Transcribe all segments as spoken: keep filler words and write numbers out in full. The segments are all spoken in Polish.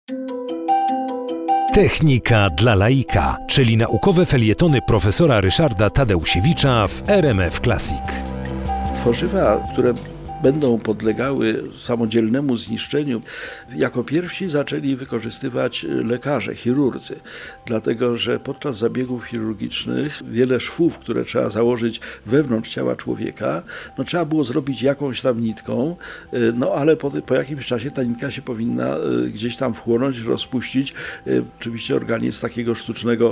Technika dla laika, czyli naukowe felietony profesora Ryszarda Tadeusiewicza w R M F Classic. Tworzywa, które będą podlegały samodzielnemu zniszczeniu, jako pierwsi zaczęli wykorzystywać lekarze, chirurdzy, dlatego że podczas zabiegów chirurgicznych wiele szwów, które trzeba założyć wewnątrz ciała człowieka, no trzeba było zrobić jakąś tam nitką, no ale po, po jakimś czasie ta nitka się powinna gdzieś tam wchłonąć, rozpuścić. Oczywiście organizm takiego sztucznego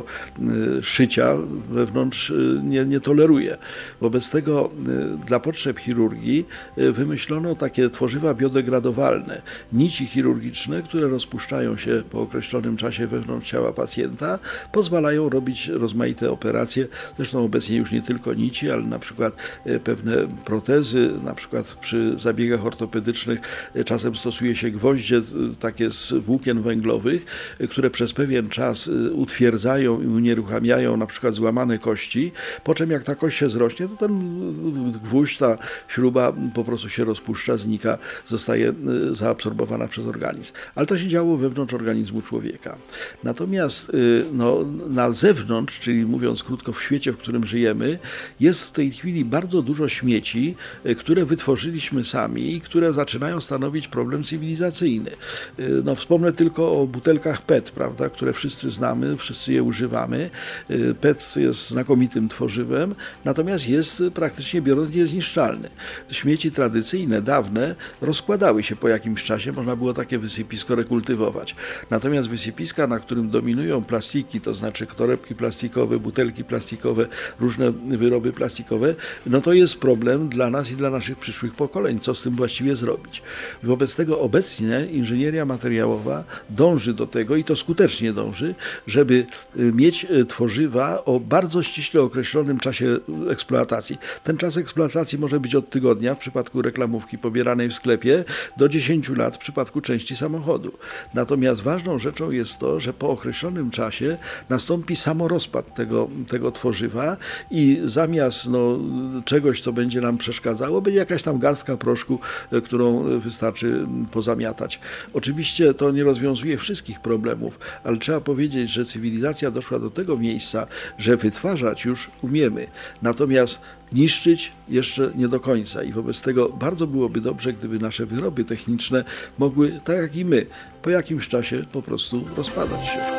szycia wewnątrz nie, nie toleruje. Wobec tego dla potrzeb chirurgii wymyślono takie tworzywa biodegradowalne, nici chirurgiczne, które rozpuszczają się po określonym czasie wewnątrz ciała pacjenta, pozwalają robić rozmaite operacje, zresztą obecnie już nie tylko nici, ale na przykład pewne protezy, na przykład przy zabiegach ortopedycznych czasem stosuje się gwoździe takie z włókien węglowych, które przez pewien czas utwierdzają i unieruchamiają na przykład złamane kości, po czym jak ta kość się zrośnie, to ten gwóźdź, ta śruba po prostu się rozpuszcza, znika, zostaje zaabsorbowana przez organizm. Ale to się działo wewnątrz organizmu człowieka. Natomiast no, na zewnątrz, czyli mówiąc krótko w świecie, w którym żyjemy, jest w tej chwili bardzo dużo śmieci, które wytworzyliśmy sami i które zaczynają stanowić problem cywilizacyjny. No, wspomnę tylko o butelkach P E T, prawda, które wszyscy znamy, wszyscy je używamy. P E T jest znakomitym tworzywem, natomiast jest praktycznie biorąc niezniszczalny. Śmieci tradycyjne, dawne, rozkładały się po jakimś czasie, można było takie wysypisko rekultywować. Natomiast wysypiska, na którym dominują plastiki, to znaczy torebki plastikowe, butelki plastikowe, różne wyroby plastikowe, no to jest problem dla nas i dla naszych przyszłych pokoleń, co z tym właściwie zrobić. Wobec tego obecnie inżynieria materiałowa dąży do tego, i to skutecznie dąży, żeby mieć tworzywa o bardzo ściśle określonym czasie eksploatacji. Ten czas eksploatacji może być od tygodnia w przypadku reklamówki pobieranej w sklepie do dziesięciu lat w przypadku części samochodu. Natomiast ważną rzeczą jest to, że po określonym czasie nastąpi samorozpad tego, tego tworzywa i zamiast no, czegoś, co będzie nam przeszkadzało, będzie jakaś tam garstka proszku, którą wystarczy pozamiatać. Oczywiście to nie rozwiązuje wszystkich problemów, ale trzeba powiedzieć, że cywilizacja doszła do tego miejsca, że wytwarzać już umiemy. Natomiast niszczyć jeszcze nie do końca i wobec tego bardzo byłoby dobrze, gdyby nasze wyroby techniczne mogły, tak jak i my, po jakimś czasie po prostu rozpadać się.